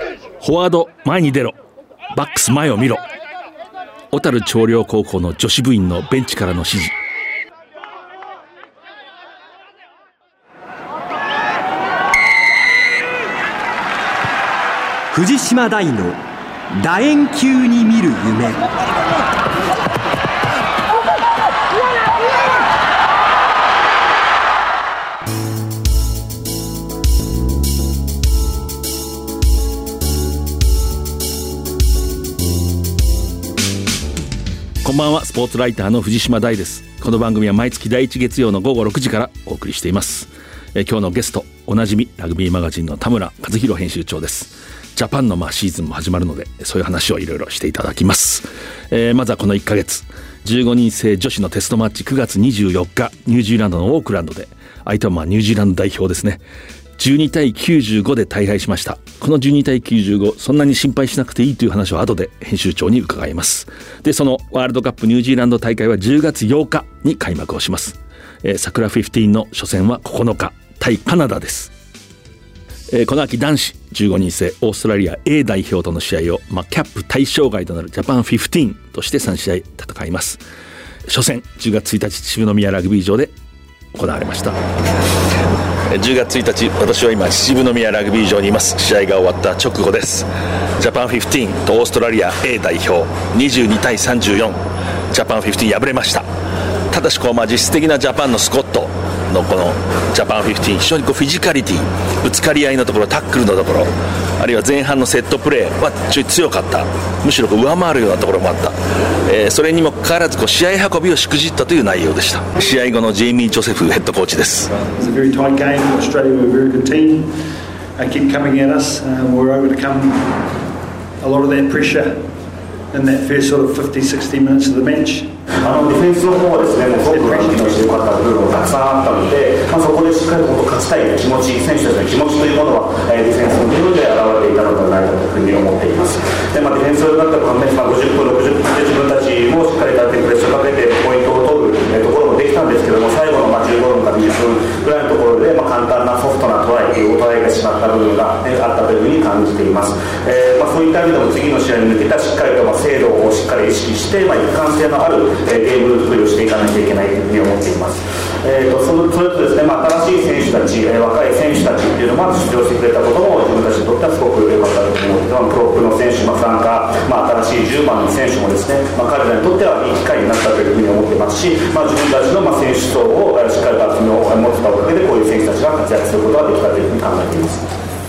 フォワード前に出ろ、バックス前を見ろ。小樽長陵高校の女子部員のベンチからの指示。 藤島大の楕円球に見る夢。 こんばんは、スポーツライターの藤島大です。この番組は毎月第1月曜の午後6時からお送りしています。今日のゲスト、おなじみラグビーマガジンの田村和弘編集長です。ジャパンのシーズンも始まるので、そういう話をいろいろしていただきます。まずはこの1ヶ月、15人制女子のテストマッチ9月24日ニュージーランドのオークランドで、相手はニュージーランド代表ですね、12対95で大敗しました。この12対95、そんなに心配しなくていいという話を後で編集長に伺います。で、そのワールドカップニュージーランド大会は10月8日に開幕をします。桜15の初戦は9日対カナダです。この秋男子15人制オーストラリア A 代表との試合を、キャップ対象外となるジャパン15として3試合戦います。初戦10月1日秩父宮ラグビー場で行われました。10月1日、私は今秩父宮ラグビー場にいます。試合が終わった直後です。ジャパン15とオーストラリア A 代表22対34、ジャパン15敗れました。ただし実質的なジャパンのスコットのこのジャパン15、非常にフィジカリティ、ぶつかり合いのところ、タックルのところ、あるいは前半のセットプレーはちょい強かった、むしろ上回るようなところもあった。それにもかかわらず試合運びをしくじったという内容でした。試合後のジェイミー・ジョセフヘッドコーチです。 It's a very tight game. Australia were a very good team. Keep coming at us. We were able to come a lot of that pressure in that first sort of 50-60 minutes of the match. ディフェンスの方はですね、もうすごく機能してよかった部分がたくさんあったので、そこでしっかりと勝ちたい気持ち、選手たちの気持ちというものは、ディフェンスの部分で現れていたのではないかというふうに思っています。で、ディフェンスだった反面、50分、60分で自分たちもしっかりとプレッシャーをかけてポイントを取るところもできたんですけども、最後の15分から20分ぐらいのところで、簡単なソフトなトライを取られてしまった部分が、あったというふうに感じています。そういった意味でも次の試合に向けたしっかりと精度をしっかり意識して、一貫性のあるゲーム作りをしていかなきゃいけないというふうに思っています。それとですね、新しい選手たち、若い選手たちっていうのが出場してくれたことも自分たちにとってはすごく良かったと思っています。プロップの選手、フランカー、新しい10番の選手もですね、彼らにとってはいい機会になったというふうに思っていますし、自分たちの選手層をしっかりと厚みを持ってたおかげでこういう選手たちが活躍することができたというふうに考えています。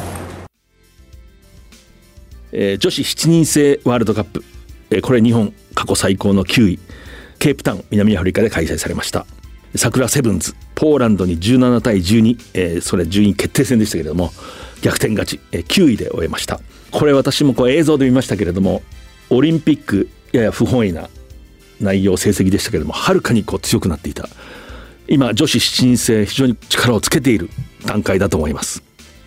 女子7人制ワールドカップ、これ日本過去最高の9位、ケープタウン南アフリカで開催されました。桜セブンズポーランドに17対12、それ順位決定戦でしたけれども逆転勝ち、9位で終えました。これ私も映像で見ましたけれども、オリンピックやや不本意な内容成績でしたけれども、はるかに強くなっていた。今女子7人制非常に力をつけている段階だと思います。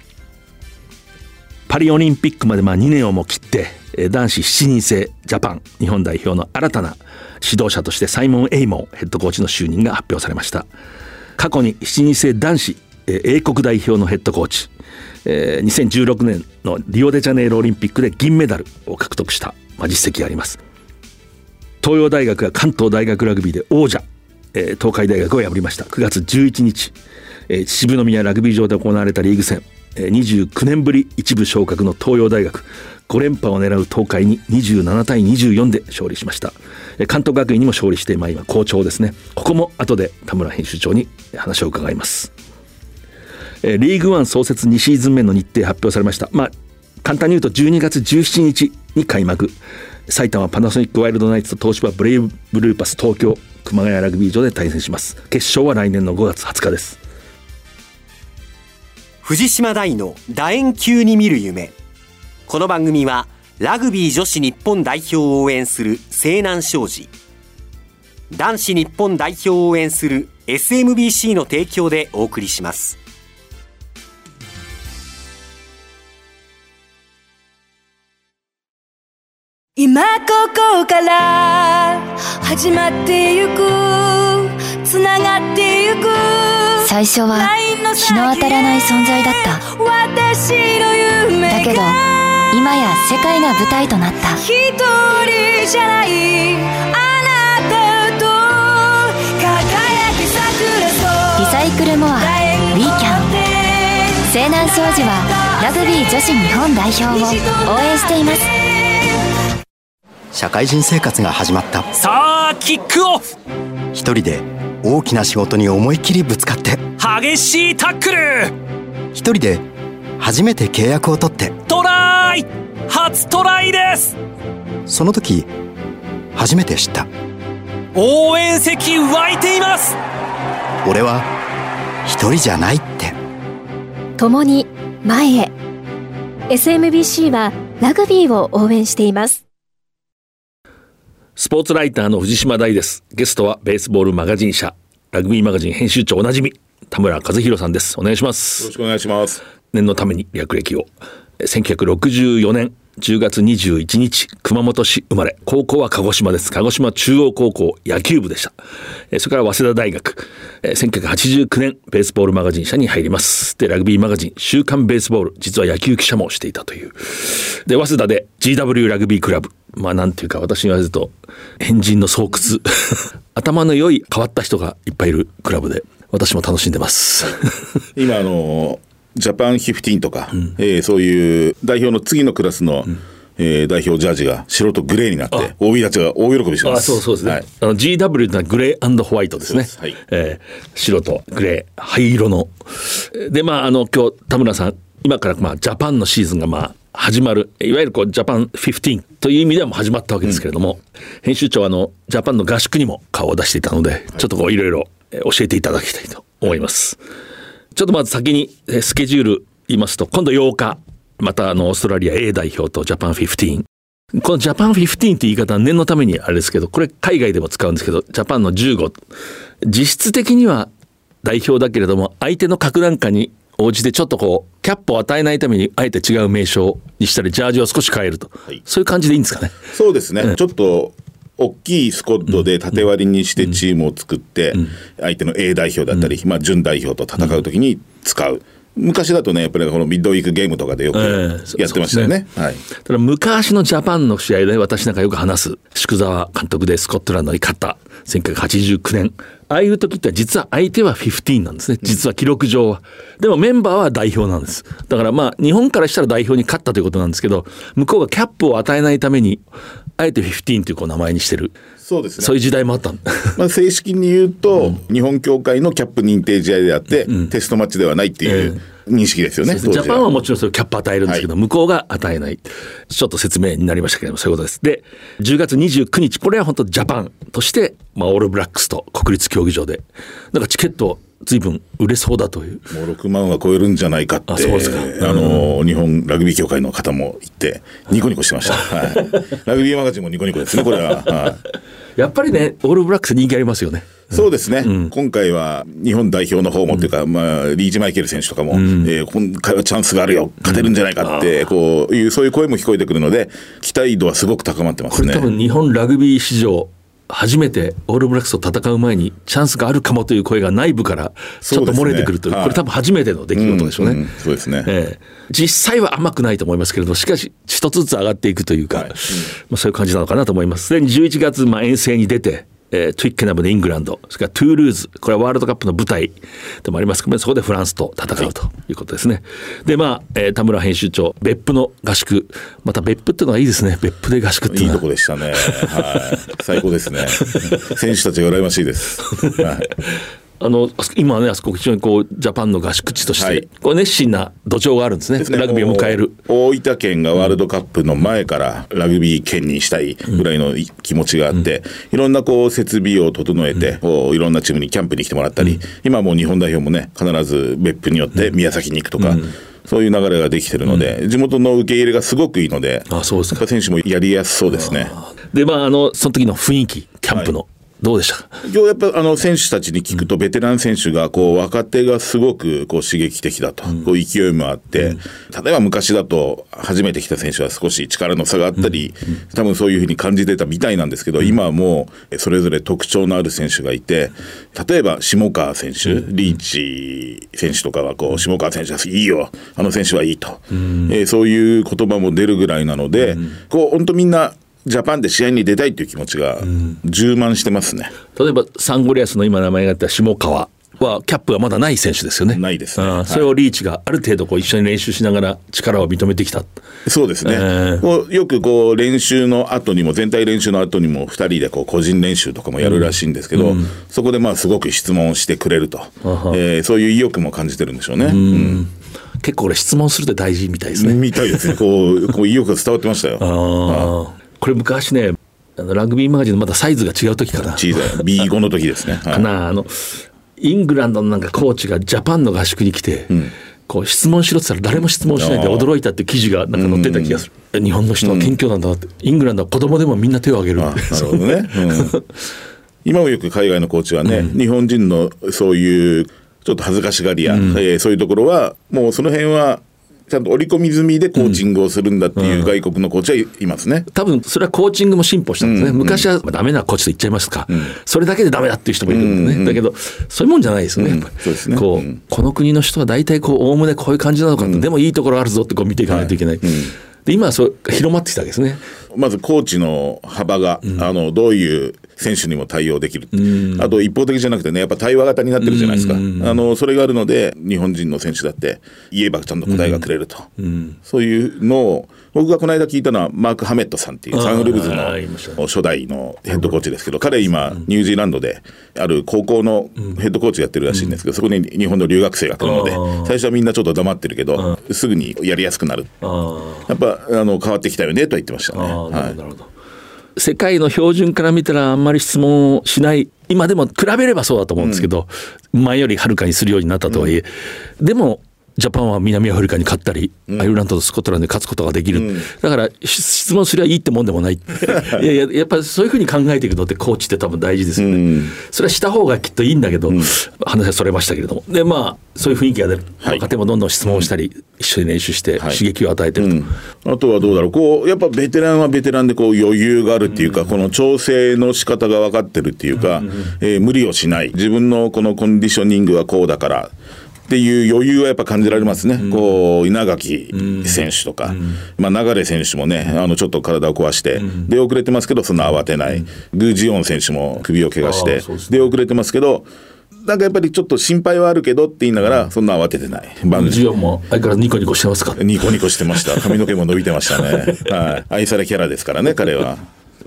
パリオリンピックまで2年をも切って、男子7人制ジャパン日本代表の新たな指導者としてサイモン・エイモンヘッドコーチの就任が発表されました。過去に7人制男子英国代表のヘッドコーチ、2016年のリオデジャネイロオリンピックで銀メダルを獲得した実績があります。東洋大学が関東大学ラグビーで王者、東海大学を破りました。9月11日、秩父宮ラグビー場で行われたリーグ戦、29年ぶり一部昇格の東洋大学5連覇を狙う東海に27対24で勝利しました。関東学院にも勝利して今好調ですね。ここも後で田村編集長に話を伺います。リーグワン創設2シーズン目の日程発表されました。簡単に言うと12月17日に開幕、埼玉パナソニックワイルドナイツと東芝ブレイブルーパス東京熊谷ラグビー場で対戦します。決勝は来年の5月20日です。 藤島大の楕円球に見る夢。この番組はラグビー女子日本代表を応援する西南商事、男子日本代表を応援する SMBC の提供でお送りします。 今ここから始まってゆく、つながってゆく。 最初は日の当たらない存在だった。 私の夢だけど今今や世界が舞台となった。 一人じゃないあなたと輝き桜そう。 リサイクルモアウィーキャン。西南商事はラグビー女子日本代表を応援しています。 社会人生活が始まった。 さあキックオフ。 一人で大きな仕事に思いっきりぶつかって、 激しいタックル。 一人で初めて契約を取って、 トライ。初トライです。 その時初めて知った。 応援席湧いています。 俺は一人じゃないって。 共に前へ。 SMBC はラグビーを応援しています。 スポーツライターの藤島大です。ゲストはベースボールマガジン社ラグビーマガジン編集長おなじみ田村和弘さんです。お願いします。 よろしくお願いします。 念のために略歴を。1964年10月21日熊本市生まれ。高校は鹿児島です。鹿児島中央高校野球部でした。それから早稲田大学。1989年ベースボールマガジン社に入ります。でラグビーマガジン週刊ベースボール、実は野球記者もしていたという。で早稲田で GW ラグビークラブ、なんていうか私に言われると変人の巣窟頭の良い変わった人がいっぱいいるクラブで、私も楽しんでます。 今ジャパン15とか、そういう代表の次のクラスの、代表ジャージが白とグレーになって OB たちが大喜びしてます。 そうですね、はい、GW というのはグレー&ホワイトですね。はい、白とグレー灰色ので、今日田村さん今からジャパンのシーズンが始まる、いわゆるジャパン15という意味ではもう始まったわけですけれども、編集長はジャパンの合宿にも顔を出していたので、ちょっといろいろ教えていただきたいと思います。ちょっとまず先にスケジュール言いますと、今度8日またオーストラリア A 代表とジャパン15。このジャパン15って言い方は念のためにあれですけど、これ海外でも使うんですけど、ジャパンの15、実質的には代表だけれども相手の格段下に応じてちょっとキャップを与えないためにあえて違う名称にしたりジャージを少し変えると、そういう感じでいいんですかね。 そうですね、ちょっと大きいスコットで縦割りにしてチームを作って、相手の A 代表だったり、準代表と戦うときに使う。昔だとねやっぱりこのミッドウィークゲームとかでよくやってましたよね。はい、 ただ昔のジャパンの試合で私なんかよく話す宿澤監督でスコットランドに勝った1989年、ああいう時って実は相手は15なんですね。実は記録上は、でもメンバーは代表なんです。だから日本からしたら代表に勝ったということなんですけど、向こうがキャップを与えないためにあえて15という名前にしてる。 そうですね、 そういう時代もあったんだ。 正式に言うと、日本協会のキャップ認定試合であって、テストマッチではないっていう認識ですよね。 ジャパンはもちろんそれキャップ与えるんですけど、向こうが与えない。ちょっと説明になりましたけれども、そういうことです。で10月29日これは本当ジャパンとして、オールブラックスと国立競技場でなんかチケット随分売れそうだという。 もう6万は超えるんじゃないかって。そうですか。日本ラグビー協会の方も言ってニコニコしてました。はい、ラグビーマガジンもニコニコですねこれは。はい、 やっぱりねオールブラックス人気ありますよね。 そうですね、今回は日本代表の方もというか、リーチマイケル選手とかも、今回はチャンスがあるよ勝てるんじゃないかってそういう声も聞こえてくるので、期待度はすごく高まってますね。 これ多分日本ラグビー史上初めてオールブラックスと戦う前にチャンスがあるかもという声が内部からちょっと漏れてくるという、これ多分初めての出来事でしょうね。 そうですね、 実際は甘くないと思いますけれど、しかし一つずつ上がっていくというか、そういう感じなのかなと思います。で11月遠征に出て、トゥイッケナムのイングランド、それからトゥールーズ、これはワールドカップの舞台でもありますけど、そこでフランスと戦うということですね。で田村編集長、別府の合宿、また別府っていうのがいいですね。別府で合宿っていうのはいいとこでしたね。最高ですね。選手たちが羨ましいです。 今ねあそこ非常にジャパンの合宿地として、熱心な土壌があるんですね。ラグビーを迎える。 大分県がワールドカップの前からラグビー県にしたいぐらいの気持ちがあって、いろんな設備を整えて、いろんなチームにキャンプに来てもらったり、今もう日本代表もね必ず別府によって宮崎に行くとか、そういう流れができてるので、地元の受け入れがすごくいいので、そうですか。選手もやりやすそうですね。 でその時の雰囲気、キャンプのどうでしたか？ 今日やっぱ選手たちに聞くと、ベテラン選手がこう若手がすごくこう刺激的だと、こう勢いもあって、例えば昔だと初めて来た選手は少し力の差があったり、多分そういうふうに感じてたみたいなんですけど、今はもうそれぞれ特徴のある選手がいて、例えば下川選手、リーチ選手とかはこう下川選手はいいよ、あの選手はいいと、そういう言葉も出るぐらいなので、こう本当みんなジャパンで試合に出たいという気持ちが充満してますね。 例えばサンゴリアスの今名前があった下川はキャップがまだない選手ですよね。 ないですね。 それをリーチがある程度こう一緒に練習しながら力を認めてきた。 そうですね、こうよくこう練習の後にも全体練習の後にも2人でこう個人練習とかもやるらしいんですけど、そこでまあすごく質問してくれると、そういう意欲も感じてるんでしょうね。 結構これ質問するって大事みたいですね。 みたいですね。こう意欲が伝わってましたよ。 これ昔ね、ラグビーマガジンのまだサイズが違う時かな、 小さい B5 の時ですね、 かな、イングランドのなんかコーチがジャパンの合宿に来て、こう質問しろって言ったら誰も質問しないで驚いたって記事がなんか載ってた気がする。日本の人は謙虚なんだなって、イングランドは子供でもみんな手を挙げる。 なるほどね、今もよく海外のコーチはね、日本人のそういうちょっと恥ずかしがりや、そういうところはもうその辺はちゃんと織り込み済みでコーチングをするんだっていう外国のコーチはいますね。 多分それはコーチングも進歩したんですね。昔はダメなコーチと言っちゃいますか、それだけでダメだっていう人もいるんですね。だけどそういうもんじゃないですよね。やっぱりそうですね。 この国の人は大体おおむねこういう感じなのかって、でもいいところあるぞってこう見ていかないといけない。で今はそう広まってきたわけですね。 まずコーチの幅が、どういう選手にも対応できる、あと一方的じゃなくてね、やっぱ対話型になってるじゃないですか。それがあるので日本人の選手だって言えばちゃんと答えがくれると、そういうのを僕がこの間聞いたのはマーク・ハメットさんっていうサンウルブズの初代のヘッドコーチですけど、彼今ニュージーランドである高校のヘッドコーチやってるらしいんですけど、そこに日本の留学生が来るので、最初はみんなちょっと黙ってるけど、すぐにやりやすくなる。やっぱ変わってきたよねとは言ってましたね。 なるほど。世界の標準から見たらあんまり質問をしない、今でも比べればそうだと思うんですけど、前よりはるかにするようになったとはいえ、でもジャパンは南アフリカに勝ったり、アイルランドとスコットランドに勝つことができる、だから質問すりゃいいってもんでもない。やっぱりそういうふうに考えていくのってコーチって多分大事ですよね。それはした方がきっといいんだけど、話はそれましたけれども、でそういう雰囲気が出る、若手もどんどん質問をしたり、一緒に練習して刺激を与えてると、 あとはどうだろう、やっぱベテランはベテランで余裕があるっていうか、この調整の仕方が分かってるっていうか、無理をしない、自分のこのコンディショニングはこうだからっていう余裕はやっぱ感じられますね。稲垣選手とか、流選手もね、ちょっと体を壊して出遅れてますけど、そんな慌てない。グージオン選手も首を怪我して出遅れてますけど、なんかやっぱりちょっと心配はあるけどって言いながら、そんな慌ててない。 ジオンも相変わらずニコニコしてますか？ ニコニコしてました。髪の毛も伸びてましたね。愛されキャラですからね、彼は。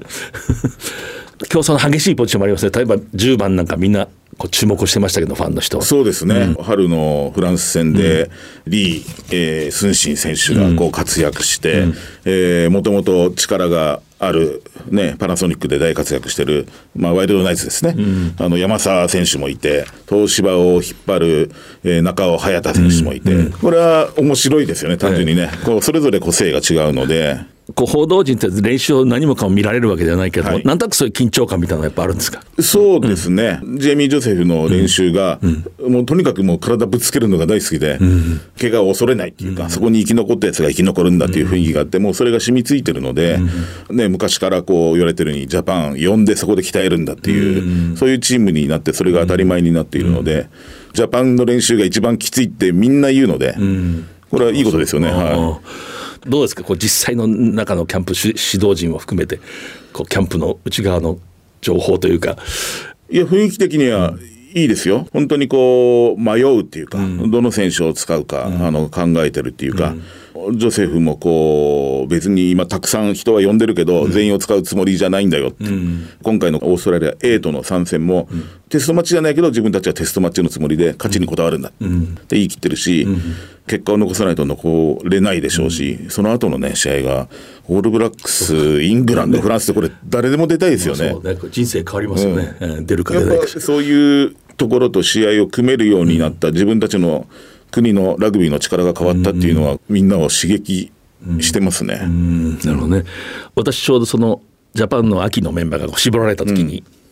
競争の激しいポジションもありますね。例えば10番なんかみんな注目してましたけど、ファンの人は。 そうですね、春のフランス戦でリー、スンシン選手が活躍して、もともと力がある、パナソニックで大活躍してる、ワイルドナイツですね、山沢選手もいて、東芝を引っ張る、中尾隼太選手もいて、これは面白いですよね、単純にね、それぞれ個性が違うので。 報道陣って練習を何もかも見られるわけではないけど、なんとなくそういう緊張感みたいなのがやっぱあるんですか？ そうですね、ジェイミー・ジョセフの練習が、もうとにかくもう体ぶつけるのが大好きで、怪我を恐れないっていうか、そこに生き残ったやつが生き残るんだっていう雰囲気があって、もうそれが染みついてるので、昔から言われてるようにジャパン呼んでそこで鍛えるんだっていう、そういうチームになって、それが当たり前になっているので、ジャパンの練習が一番きついってみんな言うので、これはいいことですよね。 どうですか、実際の中のキャンプ指導陣を含めて、キャンプの内側の情報というか。 いや、雰囲気的にはいいですよ。本当に迷うっていうか、どの選手を使うか、考えてるっていうか、ジョセフも別に今たくさん人は呼んでるけど、全員を使うつもりじゃないんだよって、今回のオーストラリア A との参戦も、テストマッチじゃないけど自分たちはテストマッチのつもりで勝ちにこだわるんだって言い切ってるし、結果を残さないと残れないでしょうし、その後のね試合がオールブラックス、イングランド、フランスでこれ誰でも出たいですよね。 そうね、人生変わりますよね、出るか出ないか。 そういうところと試合を組めるようになった、自分たちの国のラグビーの力が変わったっていうのは、みんなを刺激してますね。 なるほどね。私ちょうどそのジャパンの秋のメンバーが絞られた時に、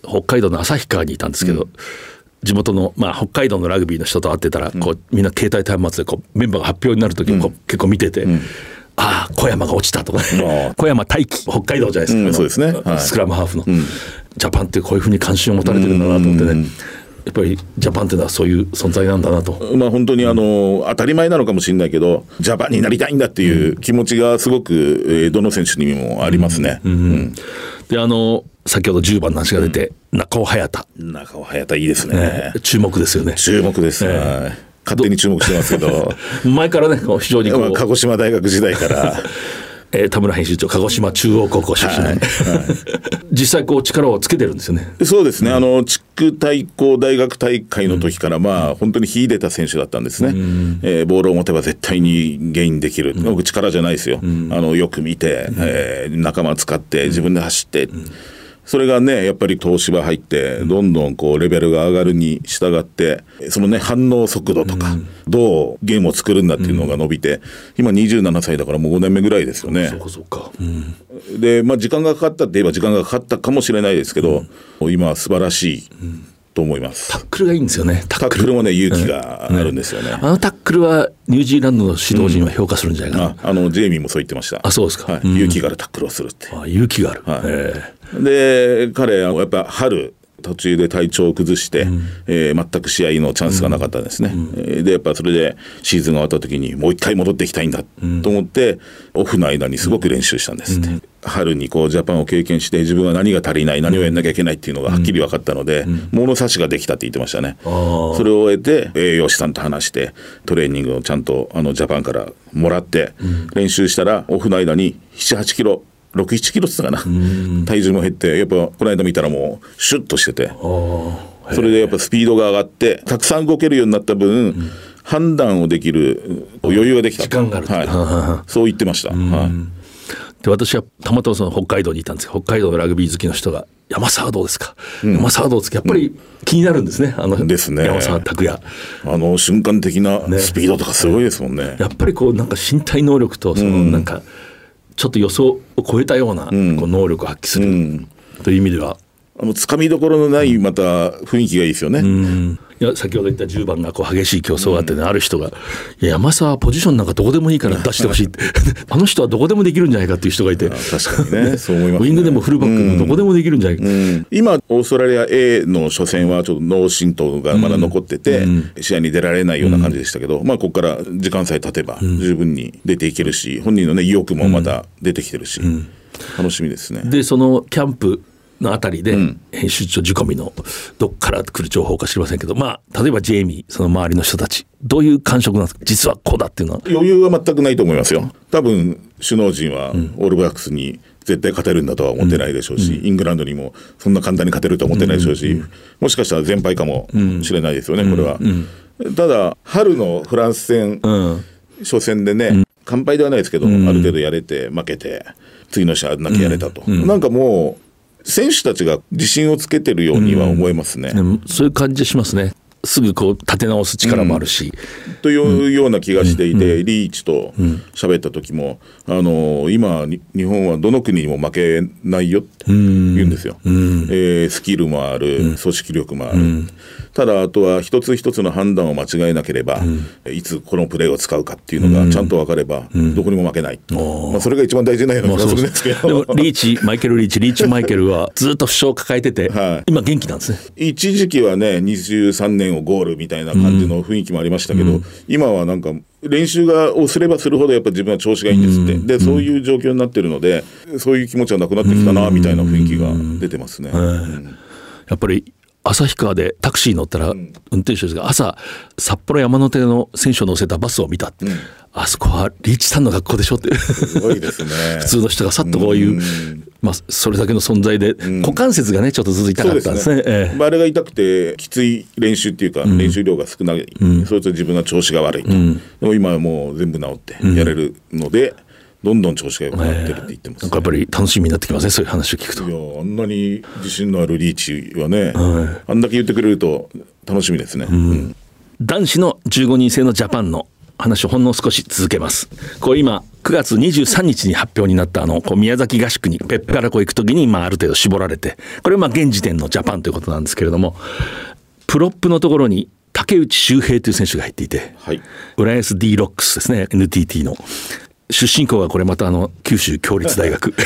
北海道の旭川にいたんですけど、地元の、北海道のラグビーの人と会ってたら、こうみんな携帯端末でこうメンバーが発表になる時を結構見てて、ああ小山が落ちたとか、小山大輝北海道じゃないですか、 そうですね、 スクラムハーフの、ジャパンってこういうふうに関心を持たれてるんだなと思ってね、やっぱりジャパンっていうのはそういう存在なんだなと。 本当に当たり前なのかもしれないけど、ジャパンになりたいんだっていう気持ちがすごく、どの選手にもありますね。 で先ほど10番の話が出て、中尾隼太いいですね。 注目ですよね。 注目です、勝手に注目してますけど前からね非常にこう鹿児島大学時代から田村編集長鹿児島中央高校出身で、実際こう力をつけてるんですよね。 そうですね、地区対抗大学大会の時から、本当に秀でた選手だったんですね。ボールを持てば絶対にゲインできる、僕力じゃないですよ、よく見て、仲間使って自分で走って、それがねやっぱり東芝入ってどんどんこうレベルが上がるに従って、そのね反応速度とか、どうゲームを作るんだっていうのが伸びて、今27歳だからもう5年目ぐらいですよね。 そうか、 で時間がかかったって言えば時間がかかったかもしれないですけど、今は素晴らしいと思います。 タックルがいいんですよね。 タックルもね勇気があるんですよね。 タックルはニュージーランドの指導陣は評価するんじゃないかな。 ジェイミーもそう言ってました。 あ、そうですか、 勇気があるタックルをするって。 勇気がある、 で彼はやっぱ春途中で体調を崩して、全く試合のチャンスがなかったんですね。でやっぱそれでシーズンが終わった時にもう一回戻っていきたいんだと思って、オフの間にすごく練習したんですって。春にこうジャパンを経験して自分は何が足りない、何をやんなきゃいけないっていうのがはっきり分かったので、物差しができたって言ってましたね。それを終えて栄養士さんと話してトレーニングをちゃんとジャパンからもらって、練習したらオフの間に 7,8 キロ6、1キロって言ったかな、体重も減って、やっぱこの間見たらもうシュッとしてて、それでやっぱスピードが上がってたくさん動けるようになった分、判断をできる余裕ができた、 時間がある、 そう言ってました。 で私はたまたまその北海道にいたんですけど、北海道のラグビー好きの人が山沢どうですか、山沢どうですか、やっぱり気になるんですね、 ですね、 山沢拓也瞬間的なスピードとかすごいですもんね。 やっぱりこうなんか身体能力とそのなんかちょっと予想を超えたようなこう能力を発揮するという意味では、 つかみどころのないまた雰囲気がいいですよね。 いや先ほど言った10番がこう激しい競争があってね、ある人がいや山沢ポジションなんかどこでもいいから出してほしいってあの人はどこでもできるんじゃないかっていう人がいて、 確かにねそう思いますね。 ウィングでもフルバックでもどこでもできるんじゃないか、 今オーストラリア A の初戦はちょっと脳震盪がまだ残ってて、試合に出られないような感じでしたけど、ここから時間さえ経てば十分に出ていけるし、本人のね意欲もまた出てきてるし、楽しみですね。 でそのキャンプのあたりで、編集長仕込みのどっから来る情報か知りませんけど、例えばジェイミーその周りの人たちどういう感触なんですか、実はこうだっていうのは。 余裕は全くないと思いますよ。多分首脳陣はオールブラックスに絶対勝てるんだとは思ってないでしょうし、イングランドにもそんな簡単に勝てるとは思ってないでしょうし、もしかしたら全敗かもしれないですよね、これは。ただ春のフランス戦、初戦でね、完敗ではないですけど、ある程度やれて負けて次の試合だけやれたと、なんかもう選手たちが自信をつけてるようには思えますね。 そういう感じしますね。すぐこう立て直す力もあるし、 というような気がしていて、リーチと喋った時も、今日本はどの国にも負けないよって言うんですよ。スキルもある、組織力もある、ただあとは一つ一つの判断を間違えなければ、いつこのプレーを使うかっていうのがちゃんと分かれば、どこにも負けない、それが一番大事なような気がするんですけど、 でもリーチマイケルはずっと負傷を抱えてて、今元気なんですね。 一時期はね23年をゴールみたいな感じの雰囲気もありましたけど、今はなんか練習をすればするほどやっぱ自分は調子がいいんですって、でそういう状況になってるので、そういう気持ちはなくなってきたなみたいな雰囲気が出てますね。 やっぱり旭川でタクシー乗ったら、運転手ですが朝札幌山手の選手を乗せたバスを見た、あそこはリーチさんの学校でしょってすごいですね普通の人がさっとこういう、それだけの存在で、股関節がねちょっと続いたかったんですね。 あれが痛くてきつい練習っていうか、練習量が少ない、それと自分の調子が悪いと、でも今はもう全部治ってやれるので、どんどん調子が良くなってるって言ってます、 なんかやっぱり楽しみになってきますね、そういう話を聞くと。 いやあんなに自信のあるリーチはね、あんだけ言ってくれると楽しみですね。 男子の15人制のジャパンの話をほんの少し続けます。こう今9月23日に発表になったこう宮崎合宿に別府からこう行くときにある程度絞られて、これは現時点のジャパンということなんですけれども、プロップのところに竹内周平という選手が入っていて、はい、浦安 D ロックスですね、 NTT の出身校がこれまた九州共立大学、はい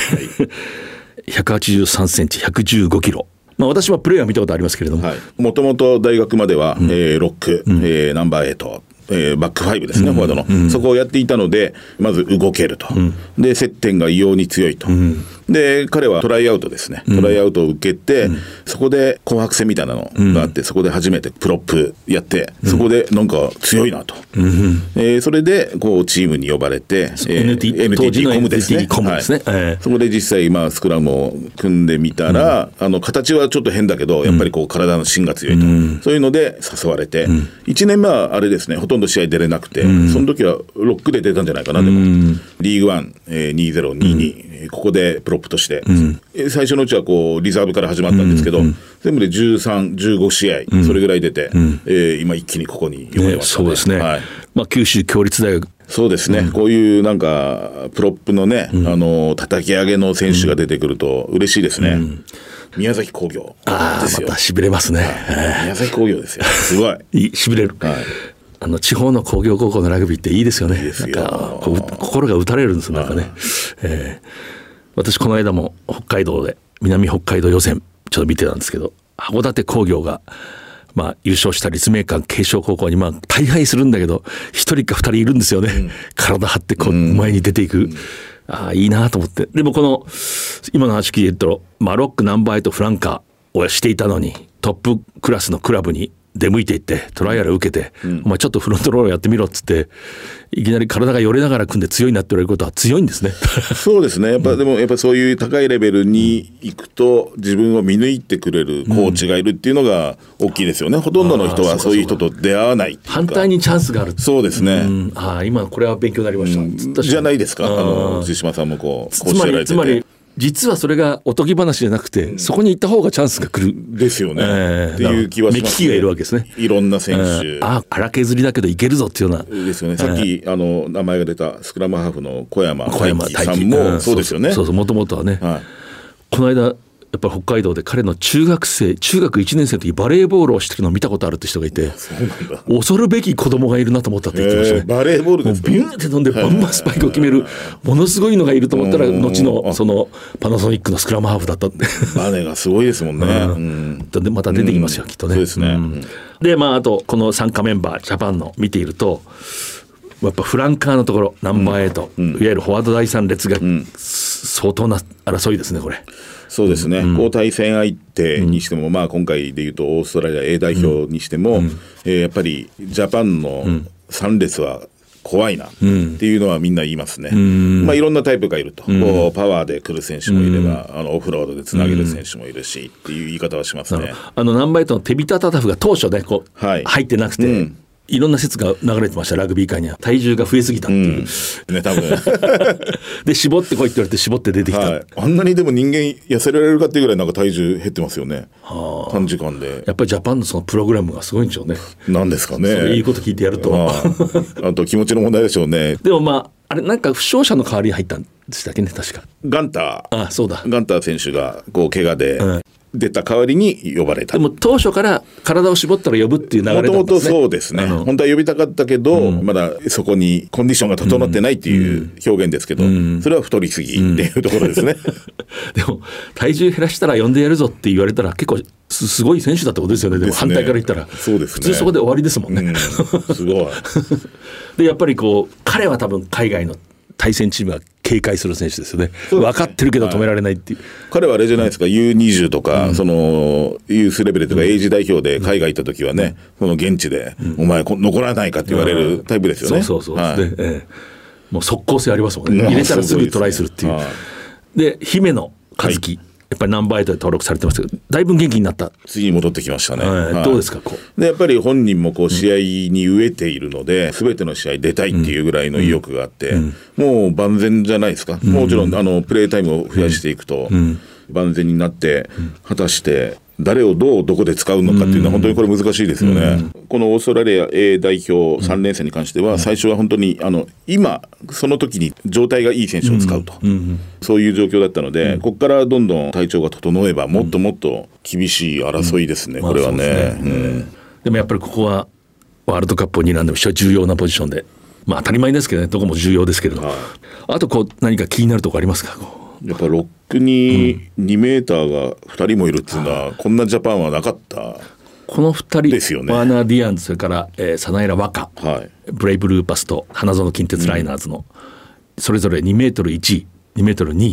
、183センチ115キロ、私はプレーは見たことありますけれども、 もともと大学までは、ロック、ナンバー8、バック5ですね、フォワードの、そこをやっていたので、まず動けると、で接点が異様に強いと、で彼はトライアウトですね、トライアウトを受けて、そこで紅白戦みたいなのがあって、そこで初めてプロップやって、そこでなんか強いなと、それでこうチームに呼ばれて、NTT コムですね、そこで実際、スクラムを組んでみたら、形はちょっと変だけどやっぱりこう体の芯が強いと、そういうので誘われて、1年目はあれですね、ほとんど試合出れなくて、その時はロックで出たんじゃないかな。でもリーグワン、2022、ここでプロップとして、最初のうちはこうリザーブから始まったんですけど、全部で13、15試合、それぐらい出て、今一気にここに呼ばれましたね。 そうですね、九州共立大学、 そうですね、こういうなんかプロップのね、叩き上げの選手が出てくると嬉しいですね。宮崎工業ですよ。 またしびれますね、 宮崎工業ですよ、すごいしびれる、地方の工業高校のラグビーっていいですよね。なんか心が打たれるんですよ、なんかね。私この間も北海道で南北海道予選ちょっと見てたんですけど、函館工業が優勝した立命館慶祥高校に大敗するんだけど、一人か二人いるんですよね、体張ってこう前に出ていく、いいなと思って。でもこの今の話聞いてると、ロックナンバー8フランカーをしていたのにトップクラスのクラブに出向いていってトライアル受けて、お前ちょっとフロントロールやってみろっつって、いきなり体がよれながら組んで強いなって言われることは強いんですね。 そうですね、でもやっぱそういう高いレベルに行くと自分を見抜いてくれるコーチがいるっていうのが大きいですよね。ほとんどの人はそういう人と出会わないっていうか、 反対にチャンスがある。 そうですね、 今これは勉強になりました、 じゃないですか。藤島さんもこうつまり実はそれ実はおとぎ話じゃなくて、そこに行った方がチャンスが来るですよね、っていう気はしますね。目利きがいるわけですね、 いろんな選手、 荒削りだけどいけるぞっていうようなですよね。さっき名前が出たスクラムハーフの小山大輝さんもそうですよね。 もともとはね、この間やっぱり北海道で彼の中学1年生の時バレーボールをしてるのを見たことあるって人がいて、恐るべき子供がいるなと思ったって言ってましたね。 バレーボールですか。 ビューって飛んでバンバンスパイクを決めるものすごいのがいると思ったら、後のそのパナソニックのスクラムハーフだったって。 バネがすごいですもんね。 でまた出てきますよ、きっとね。 そうですね。 であとこの参加メンバージャパンの見ていると、やっぱフランカーのところナンバー8、いわゆるフォワード第3列が相当な争いですね、これ。 そうですね、こう対戦相手にしても、今回でいうとオーストラリア A 代表にしても、やっぱりジャパンの3列は怖いなっていうのはみんな言いますね。いろんなタイプがいると、こうパワーで来る選手もいれば、オフロードでつなげる選手もいるしっていう言い方はしますね。 ナンバー8のテビタ・タタフが当初ねこう、入ってなくて、いろんな説が流れてました。ラグビー界には体重が増えすぎたっていう、 ね、多分で絞ってこいって言われて絞って出てきた、 あんなにでも人間痩せられるかっていうぐらいなんか体重減ってますよね、短時間で。 やっぱりジャパンのそのプログラムがすごいんでしょうね。 なんですかね。 それいいこと聞いてやるとあと気持ちの問題でしょうね。 でもあれなんか負傷者の代わりに入ったんでしたっけね、確か。 ガンター。 そうだ。 ガンター選手がこう怪我で、出た代わりに呼ばれた。 でも当初から体を絞ったら呼ぶっていう流れだったんですね。 もともとそうですね。本当は呼びたかったけど、まだそこにコンディションが整ってないっていう表現ですけど、それは太りすぎっていうところですね。 でも体重減らしたら呼んでやるぞって言われたら結構すごい選手だってことですよね。でも反対から言ったら、 そうですね、 普通そこで終わりですもんね。 すごい。 でやっぱりこう彼は多分海外の対戦チームが警戒する選手ですよね。分かってるけど止められないっていう、 彼はあれじゃないですか、U20 とか、そのユースレベルとかエイジ代表で海外行った時はね、その現地で、お前残らないかって言われるタイプですよね。 そうですね、もう速攻性ありますもんね。入れたらすぐトライするっていう。で姫野和樹、やっぱりナンバー8で登録されてますけど、だいぶ元気になった。 次に戻ってきましたね。 どうですかでやっぱり本人もこう試合に飢えているので、全ての試合出たいっていうぐらいの意欲があって、もう万全じゃないですか。もちろんプレータイムを増やしていくと、万全になって、果たして誰をどこで使うのかっていうのは本当にこれ難しいですよね。このオーストラリア A 代表3連戦に関しては最初は本当に今その時に状態がいい選手を使うと、そういう状況だったので、ここからどんどん体調が整えばもっともっと厳しい争いですね、これはね。 でもやっぱりここはワールドカップを睨んでも非常に重要なポジションで、当たり前ですけどね、どこも重要ですけれど、あと何か気になるところありますか？ やっぱロックに2メーターが2人もいるっていうのは、こんなジャパンはなかったこの2人ですよね。 ワーナー・ディアンズ、それから、サナエラ・ワカ、ブレイブ・ルーパスと花園近鉄ライナーズの、それぞれ2メートル1、2メートル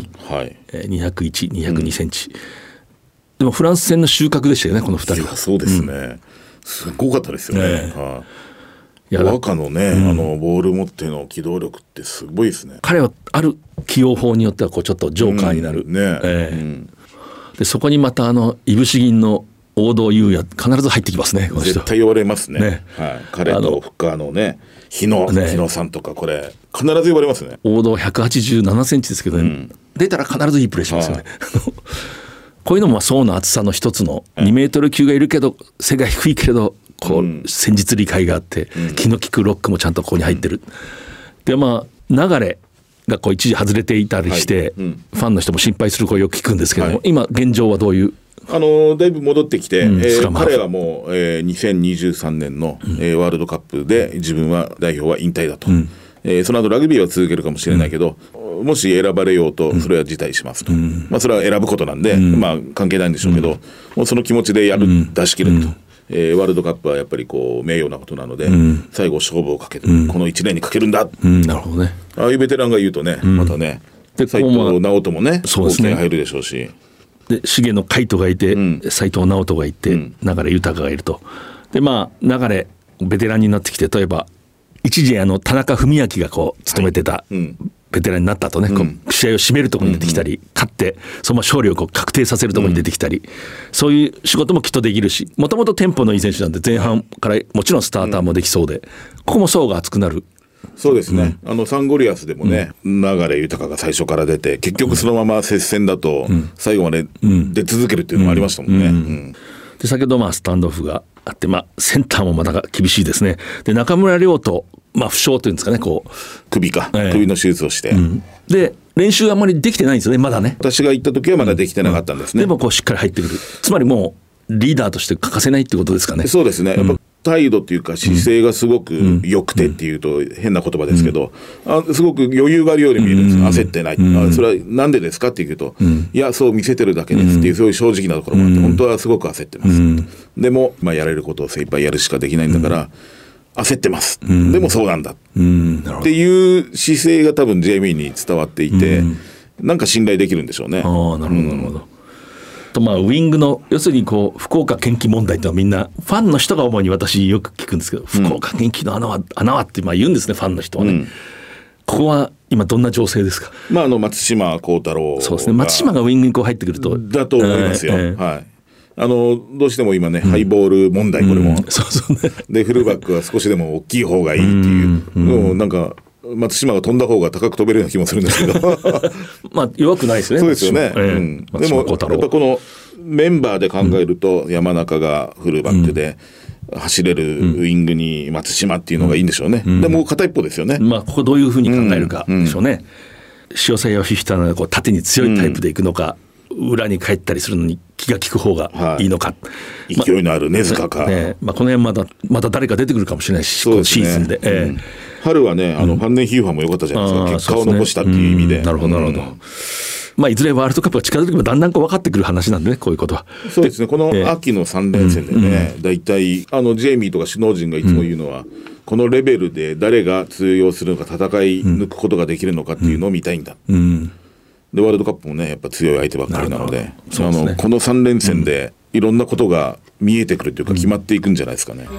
2、201、202センチ、でもフランス戦の収穫でしたよね、この2人は。 そうですね、すごかったですよね。ワカのね、ボール持っての機動力ってすごいですね。 彼はある起用法によってはちょっとジョーカーになる、でそこにまたいぶし銀の王道優也必ず入ってきますね。 絶対言われますね。彼とフッカーのね、日野さんとか、これ必ず言われますね。 王道187センチですけどね、出たら必ずいいプレーしますよね。こういうのも層の厚さの一つの、2メートル級がいるけど背が低いけれど戦術理解があって、気の利くロックもちゃんとここに入ってる。で流れが一時外れていたりして、ファンの人も心配する声を聞くんですけども、今現状はどういう？だいぶ戻ってきて、彼はもう、2023年の、ワールドカップで自分は代表は引退だと、その後ラグビーは続けるかもしれないけど、もし選ばれようとそれは辞退しますと、それは選ぶことなんで、関係ないんでしょうけど、もうその気持ちで出し切ると。ワールドカップはやっぱり名誉なことなので、最後勝負をかける、この1年にかけるんだ、 なるほどね。 ああいうベテランが言うとね、またね、斉藤直人もね、貢献入るでしょうし、 で重野海斗がいて、斉藤直人がいて、流豊がいると。で流ベテランになってきて、例えば一時田中文明が務めてた、ベテランになったとね、試合を締めるところに出てきたり、勝ってその勝利を確定させるところに出てきたり、そういう仕事もきっとできるし、もともとテンポのいい選手なんで前半からもちろんスターターもできそうで、ここも層が厚くなる。 そうですね、サンゴリアスでもね、流豊が最初から出て、結局そのまま接戦だと最後まで出続けるっていうのもありましたもんね。 で先ほどスタンドオフがあって、センターもまた厳しいですね。で中村亮と負傷というんですかね、 首の手術をして、 で練習あんまりできてないんですよね、まだね。 私が行った時はまだできてなかったんですね。 でもしっかり入ってくる、つまりもうリーダーとして欠かせないってことですかね。 そうですね、やっぱ態度というか姿勢がすごく良くてっていうと変な言葉ですけど、すごく余裕があるように見えるんです。焦ってない、それはなんでですかって言うと、いやそう見せてるだけですっていう、そういう正直なところもあって、本当はすごく焦ってます、でも、やれることを精一杯やるしかできないんだから、焦ってます、でもそうなんだ、っていう姿勢が多分 JME に伝わっていて、なんか信頼できるんでしょうね。 なるほどなるほど。ウィングの要するに福岡堅樹問題ってのはみんなファンの人が主に私よく聞くんですけど、福岡堅樹の穴はって言うんですね、ファンの人はね。ここは今どんな情勢ですか？ 松島幸太郎、 そうですね、松島がウィングに入ってくるとだと思いますよ、どうしても今ね、ハイボール問題、これも、でフルバックは少しでも大きい方がいいっていう、なんか松島が飛んだ方が高く飛べるような気もするんですけど弱くないですね。 そうですよね、でもやっぱこのメンバーで考えると、山中がフルバックで走れるウイングに松島っていうのがいいんでしょうね、でも片一方ですよね。 ここどういうふうに考えるかでしょうね。塩瀬義人の縦に強いタイプでいくのか、裏に帰ったりするのに気が利く方がいいのか、 勢いのある根塚か、 この辺まだ誰か出てくるかもしれないし、このシーズンで、 春はね、ファンネンヒーファーも良かったじゃないですか、結果を残したっていう意味で。 なるほどなるほど。いずれワールドカップが近づけばだんだん分かってくる話なんでね、こういうことは。 そうですね、この秋の3連戦でね、だいたいジェイミーとか首脳陣がいつも言うのは、このレベルで誰が通用するのか、戦い抜くことができるのかっていうのを見たいんだ、でワールドカップもね、やっぱ強い相手ばっかりなので、この3連戦でいろんなことが見えてくるというか、決まっていくんじゃないですかね。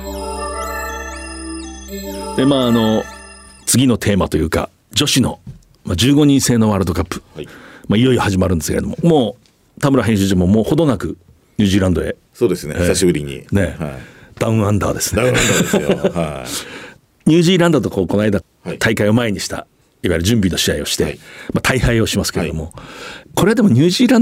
で次のテーマというか、女子の15人制のワールドカップ、いよいよ始まるんですけれども、もう田村編集長ももうほどなくニュージーランドへ。 そうですね、久しぶりに、 ダウンアンダーですね。 ダウンアンダーですよ、 ニュージーランドとこの間大会を前にしたいわゆる準備の試合をして、大敗をしますけれども、これはでもニュージーランドは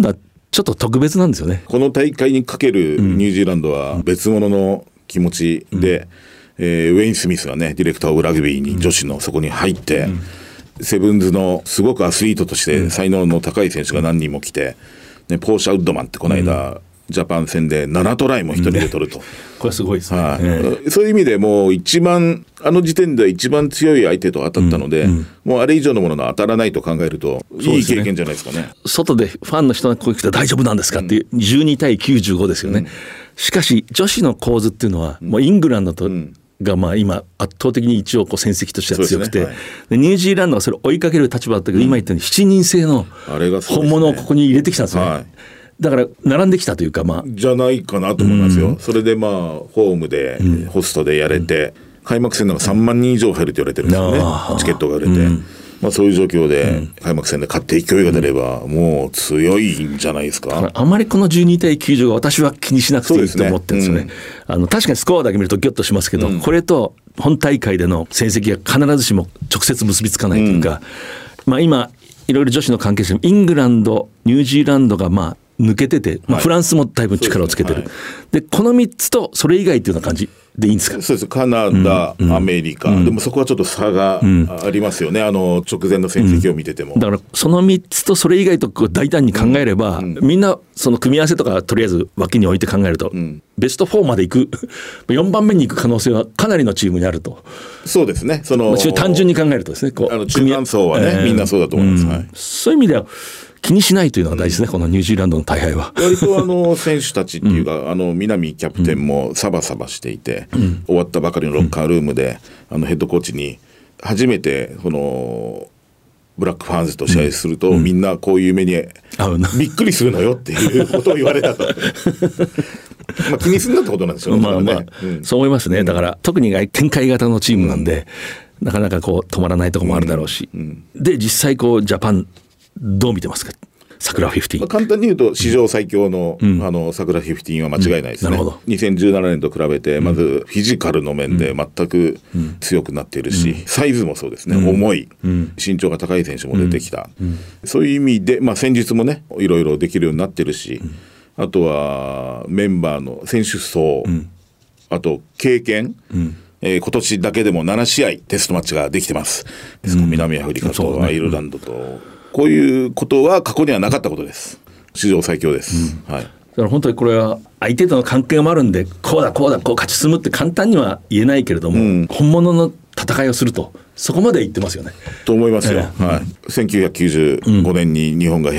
ちょっと特別なんですよね。 この大会にかけるニュージーランドは別物の気持ちで、ウェイン・スミスがねディレクターオブラグビーに女子のそこに入って、セブンズのすごくアスリートとして才能の高い選手が何人も来て、ね、ポーシャ・ウッドマンってこの間、ジャパン戦で7トライも一人で取ると、 これすごいですね、 そういう意味でもう一番あの時点で一番強い相手と当たったので、もうあれ以上のものが当たらないと考えるといい経験じゃないですかね。 外でファンの人が声来て大丈夫なんですかっていう12対95ですよね、しかし女子の構図っていうのはもうイングランドと、がまあ今圧倒的に一応こう戦績としては強くて、でニュージーランドがそれを追いかける立場だったけど、今言ったように7人制の本物をここに入れてきたんですね、だから並んできたというか、 じゃないかなと思いますよ、それでホームで、ホストでやれて、開幕戦なんか3万人以上入ると言われてるんですよね、チケットが売れて、そういう状況で開幕戦で勝って勢いが出ればもう強いんじゃないですか。 あまりこの12対90が私は気にしなくていいと思ってるんですよね。確かにスコアだけ見るとギョッとしますけど、これと本大会での戦績が必ずしも直接結びつかないというか、今いろいろ女子の関係者イングランドニュージーランドが抜けてて、フランスもだいぶ力をつけてる、でこの3つとそれ以外っていうような感じでいいんですか。 そうです。カナダ、アメリカ、でもそこはちょっと差がありますよね、直前の戦績を見てても、 だからその3つとそれ以外と大胆に考えれば、みんなその組み合わせとかとりあえず脇に置いて考えると、ベスト4まで行く4番目に行く可能性はかなりのチームにあると。 そうですね。 単純に考えるとですね、 中間層はね、みんなそうだと思います、 そういう意味では気にしないというのが大事ですね、このニュージーランドの大敗は。 割と選手たちっていうか、南キャプテンもサバサバしていて、終わったばかりのロッカールームで、ヘッドコーチに初めてブラックファンズと試合すると、みんなこういう目にびっくりするのよっていうことを言われたと気にするんだってことなんですよね。 そう思いますね。だから特に展開型のチームなんで、なかなか止まらないところもあるだろうし、で実際ジャパンどう見てますか。桜15、 簡単に言うと史上最強の、桜15は間違いないですね、2017年と比べてまずフィジカルの面で全く強くなっているし、サイズもそうですね、重い、身長が高い選手も出てきた、そういう意味で、戦術もねいろいろできるようになってるし、あとはメンバーの選手層、あと経験、今年だけでも7試合テストマッチができてます、南アフリカとアイルランドと、こういうことは過去にはなかったことです。史上最強です、だから本当にこれは相手との関係もあるんで、こう勝ち進むって簡単には言えないけれども、本物の戦いをするとそこまで言ってますよね。 と思いますよ、1995年に日本が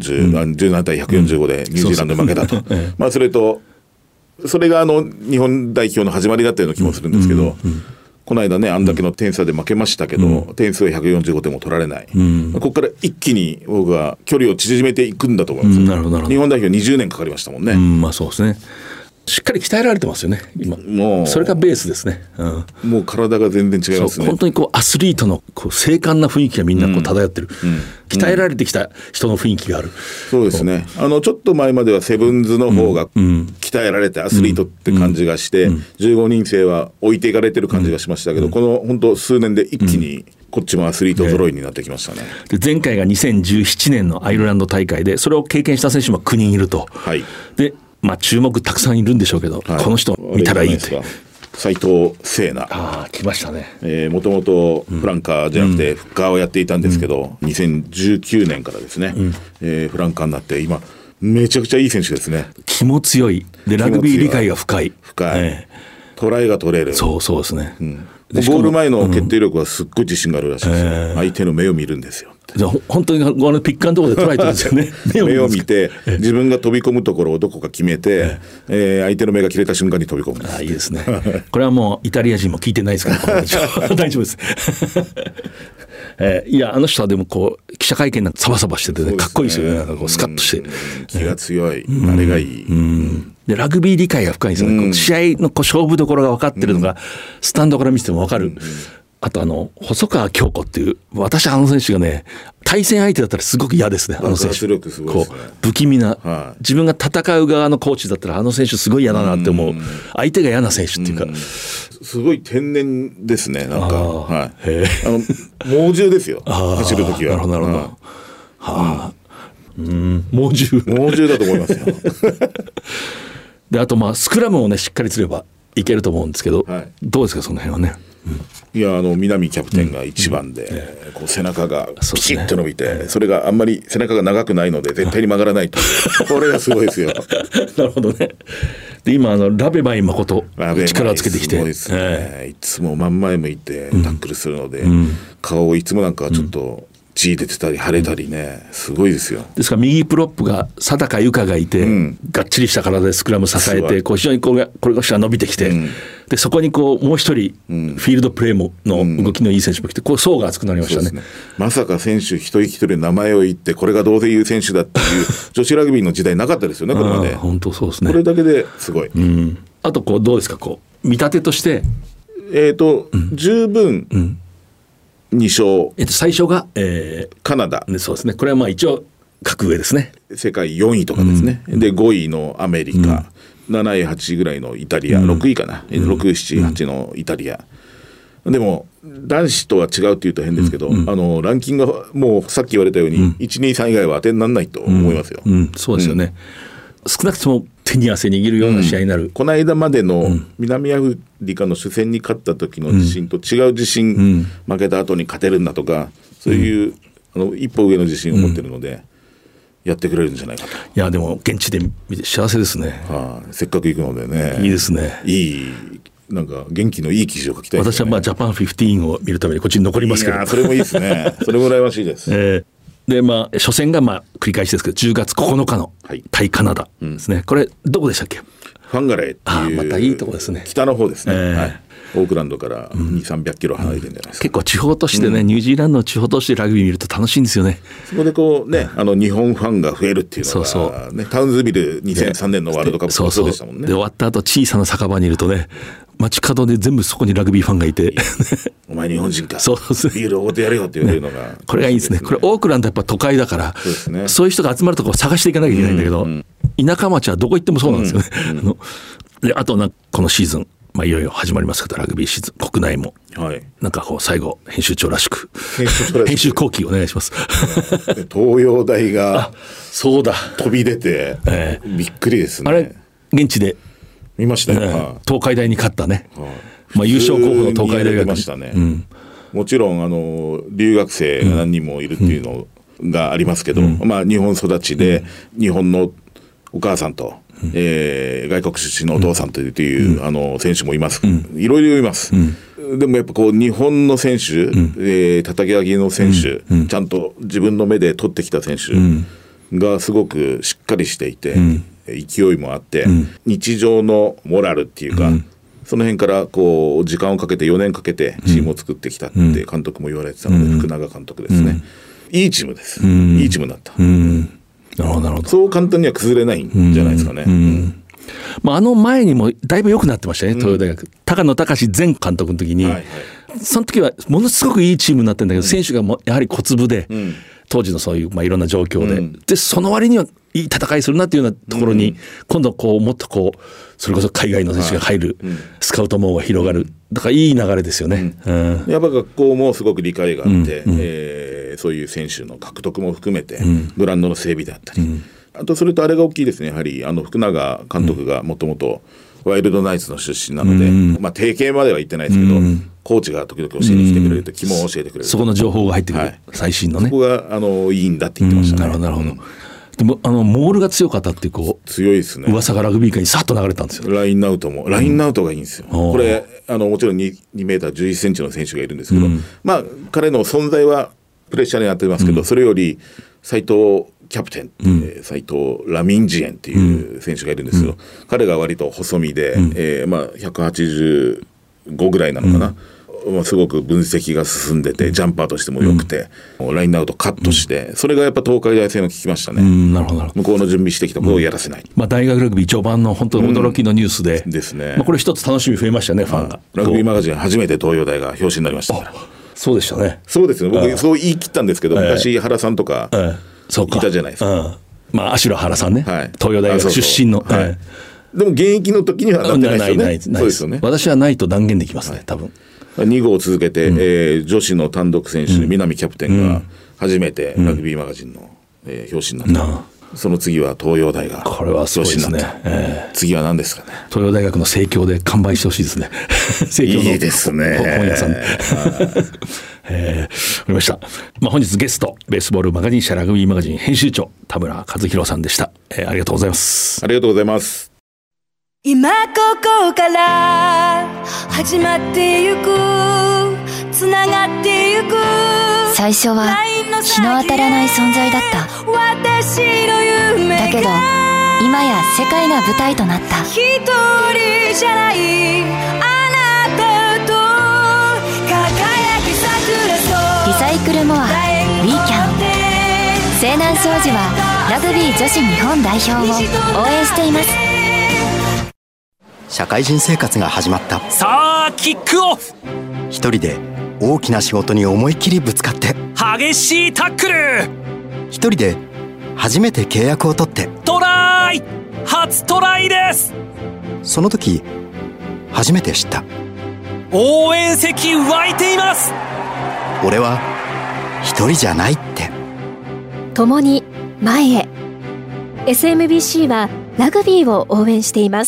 17対145でニュージーランド負けたと、それが日本代表の始まりだったような気もするんですけど、この間ねあんだけの点差で負けましたけど、点数は145点も取られない、ここから一気に僕は距離を縮めていくんだと思います、日本代表20年かかりましたもんね、 そうですね。しっかり鍛えられてますよね今。もうそれがベースですね、 もう体が全然違いますね。 本当にアスリートの精悍な雰囲気がみんな漂ってる、鍛えられてきた人の雰囲気がある、 そうですね。ちょっと前まではセブンズの方が鍛えられてアスリートって感じがして、15人制は置いていかれてる感じがしましたけど、この本当数年で一気にこっちもアスリート揃いになってきましたね、 で前回が2017年のアイルランド大会で、それを経験した選手も9人いると、で注目たくさんいるんでしょうけど、この人見たらいいと。 斉藤聖奈、 来ましたね。 もともとフランカーじゃなくてフッカーをやっていたんですけど、2019年からですね、フランカーになって今めちゃくちゃいい選手ですね。 気も強いで、ラグビー理解が深い、 トライが取れる。 そうですね、 ゴール前の決定力はすっごい自信があるらしいですよ、相手の目を見るんですよ。 本当にピッカーのところで捉えてるんですよね目を見て自分が飛び込むところをどこか決めて、相手の目が切れた瞬間に飛び込むんです。 いいですねこれはもうイタリア人も聞いてないですから大丈夫ですいやあの人はでも記者会見なんかサバサバしてて、かっこいいですよね。スカッとして気が強い、あれがいい、 でラグビー理解が深いんですよね、試合の勝負どころが分かってるのが、スタンドから見てても分かる、あと細川京子っていう、私あの選手がね対戦相手だったらすごく嫌ですね。あの選手すごいですね、 不気味な、自分が戦う側のコーチだったらあの選手すごい嫌だなって思う、相手が嫌な選手っていうか、 すごい天然ですね。なんか猛獣ですよ、走るときは。 なるほど、 猛獣だと思いますよであとスクラムをねしっかりすればいけると思うんですけど、はい、どうですかその辺はね。 いや南キャプテンが一番で、こう背中がピチッと伸びて それがあんまり背中が長くないので絶対に曲がらないとこれがすごいですよなるほどね。で今ラベマイ誠力をつけてきてすごいですね、いつも真ん前向いてタックルするので、顔いつもなんかちょっと血出てたり腫れたりね、すごいですよ。 ですから右プロップが佐高由香がいて、がっちりした体でスクラム支えてこう非常にこれが下伸びてきて、でそこにこうもう一人、フィールドプレーの動きのいい選手も来てこう層が厚くなりました ね。 まさか選手一人一人名前を言ってこれがどうせいう選手だっていう女子ラグビーの時代なかったですよねこれまで。 本当そうですね。 これだけですごい、 あとこうどうですかこう見立てとして十分、2勝、 最初が、 カナダ、 そうですね。これは一応格上ですね。 世界4位とかですね、で5位のアメリカ、7位8位ぐらいのイタリア、6位かな、6、7、8のイタリア。でも男子とは違うっていうと変ですけど、ランキングがもうさっき言われたように、1、2、3以外は当てにならないと思いますよ。 そうですよね、少なくとも手に汗握るような試合になる、 この間までの南アフリカの初戦に勝った時の自信と違う自信、負けた後に勝てるんだとかそういう、一歩上の自信を持ってるので、やってくれるんじゃないかと。いやでも現地で見て幸せですね、 せっかく行くのでね。 いいですね。 なんか元気のいい記事を書きたいですね。 私はジャパン15を見るためにこっちに残りますけど。 いやそれもいいですねそれも羨ましいです、 で初戦が繰り返しですけど10月9日の対カナダですね、これどこでしたっけ。 ファンガレーっていうまたいいとこですね。 北の方ですね、オークランドから2、300キロ離れてるんじゃないですか。 結構地方都市でね、ニュージーランドの地方都市でラグビー見ると楽しいんですよね。 そこでこうね日本ファンが増えるっていうのがね、タウンズビル2003年のワールドカップもそうでしたもんね。 で終わった後小さな酒場にいるとね街角で全部そこにラグビーファンがいてお前日本人か、 そうですね、 ビールおごってやるよって言われるのが、 これがいいですね。これオークランドやっぱ都会だから、そういう人が集まるところを探していかなきゃいけないんだけど、田舎町はどこ行ってもそうなんですよね、であとこのシーズン、いよいよ始まりますけどラグビーシーズン国内も、なんかこう最後編集長らしく編集後期お願いします東洋大がそうだ飛び出て、びっくりですね。 あれ現地で見ましたよ、 東海大に勝ったね、優勝候補の東海大学ましたね、もちろん留学生が何人もいるっていうのがありますけど、日本育ちで、日本のお母さんと、外国出身のお父さんという、選手もいます、いろいろいます、でもやっぱこう日本の選手、叩き上げの選手、ちゃんと自分の目で取ってきた選手がすごくしっかりしていて、勢いもあって、日常のモラルっていうか、その辺からこう時間をかけて4年かけてチームを作ってきたって監督も言われてたので、福永監督ですね、いいチームです、いいチームだった、 なるほどそう簡単には崩れないんじゃないですかね。 前にもだいぶ良くなってましたね、東洋大学。高野隆前監督の時に、その時はものすごくいいチームになってるんだけど、選手がやはり小粒で、当時のそういういろんな状況で、でその割にはいい戦いするなっていうようなところに、今度もっとそれこそ海外の選手が入る、スカウト網が広がる、だからいい流れですよね。 やっぱ学校もすごく理解があって、そういう選手の獲得も含めて、グラウンドの整備であったり、あとそれとあれが大きいですね。やはり福永監督がもともとワイルドナイツの出身なので、提携までは言ってないですけど、コーチが時々教えに来てくれると、肝を教えてくれる、 そこの情報が入ってくる、最新のね、 そこがいいんだって言ってましたね。 なるほど。でもモールが強かったっていう強いですね。 噂がラグビー界にさっと流れたんですよ。 ラインアウトがいいんですよ。これもちろん2メーター11センチの選手がいるんですけど、彼の存在はプレッシャーになってますけど、それより斉藤キャプテン、斉藤ラミンジエンっていう選手がいるんですけど、彼が割と細身で、185ぐらいなのかな、すごく分析が進んでて、ジャンパーとしても良くて、ラインアウトカットして、それがやっぱ東海大戦を聞きましたね。 なるほど。 向こうの準備してきたことをやらせない、 大学ラグビー序盤の本当に驚きのニュースで、 ですね。 これ一つ楽しみ増えましたね、ファンが。 ラグビーマガジン初めて東洋大が表紙になりましたから。 そうでしたね。 そうですね。僕そう言い切ったんですけど、昔原さんとかいたじゃないですか。 芦野原さんね、東洋大学出身の。 でも現役の時にはなってないですよね。そうですよね。 私はないと断言できますね、多分。 2号を続けて、女子の単独選手、南キャプテンが初めてラグビーマガジンの表紙になった。 その次は東洋大がこれはすごいですね、 次は何ですかね。 東洋大学の生協で完売してほしいですね生協のいいですね本屋さんわかりました。本日ゲストベースボールマガジン社ラグビーマガジン編集長田村和弘さんでした。ありがとうございます。 ありがとうございます。 今ここから始まってゆくつながってゆく最初は日の当たらない存在だった。 私の夢だけど今や世界が舞台となった。 一人じゃないあなたと輝き桜そうリサイクルモアウィーキャン。西南商事はラグビー女子日本代表を応援しています。 社会人生活が始まった。 さあキックオフ。 一人で大きな仕事に思いっきりぶつかって、 激しいタックル。 一人で初めて契約を取って、 トライ。初トライです。 その時初めて知った。 応援席湧いています。 俺は一人じゃないって。 共に前へ。 SMBC はラグビーを応援しています。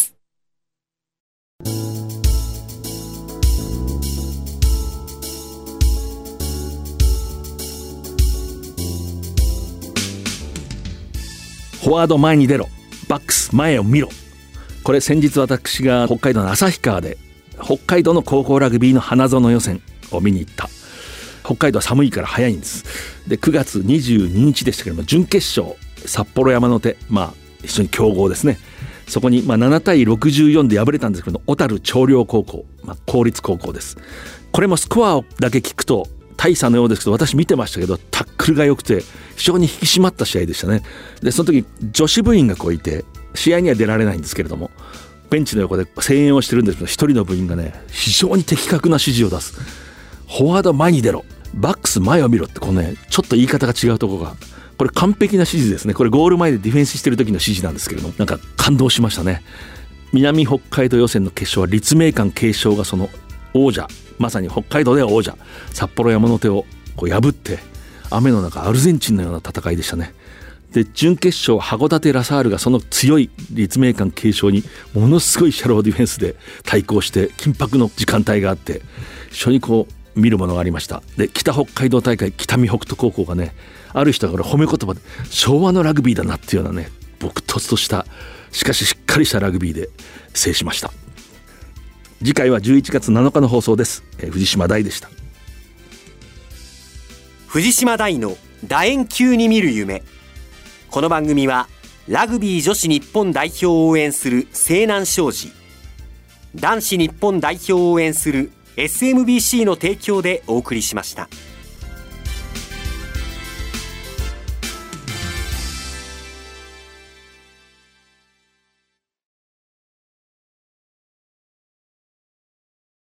フォワード前に出ろ、バックス前を見ろ。これ先日私が北海道の旭川で北海道の高校ラグビーの花園予選を見に行った。北海道は寒いから早いんです。で9月22日でしたけども、準決勝札幌山手、一緒に強豪ですね。そこに7対64で敗れたんですけど、小樽長陵高校、公立高校です。これもスコアだけ聞くと大差のようですけど、私見てましたけどタックルが良くて非常に引き締まった試合でしたね。でその時女子部員がいて、試合には出られないんですけれども、ベンチの横で声援をしてるんですけど、一人の部員がね非常に的確な指示を出す。フォワード前に出ろ、バックス前を見ろって、ちょっと言い方が違うところが、これ完璧な指示ですね。これゴール前でディフェンスしてる時の指示なんですけれども、感動しましたね。南北海道予選の決勝は立命館慶祥がその王者、まさに北海道では王者札幌山手を破って、雨の中アルゼンチンのような戦いでしたね。で準決勝函館ラサールがその強い立命館慶祥にものすごいシャローディフェンスで対抗して、緊迫の時間帯があって非常に見るものがありました。で北北海道大会、北見北斗高校がね、ある人が褒め言葉で昭和のラグビーだなっていうようなね、朴訥としたしかししっかりしたラグビーで制しました。次回は11月7日の放送です。藤島大でした。 藤島大の楕円球に見る夢。この番組はラグビー女子日本代表を応援する西南商事、男子日本代表を応援する SMBC の提供でお送りしました。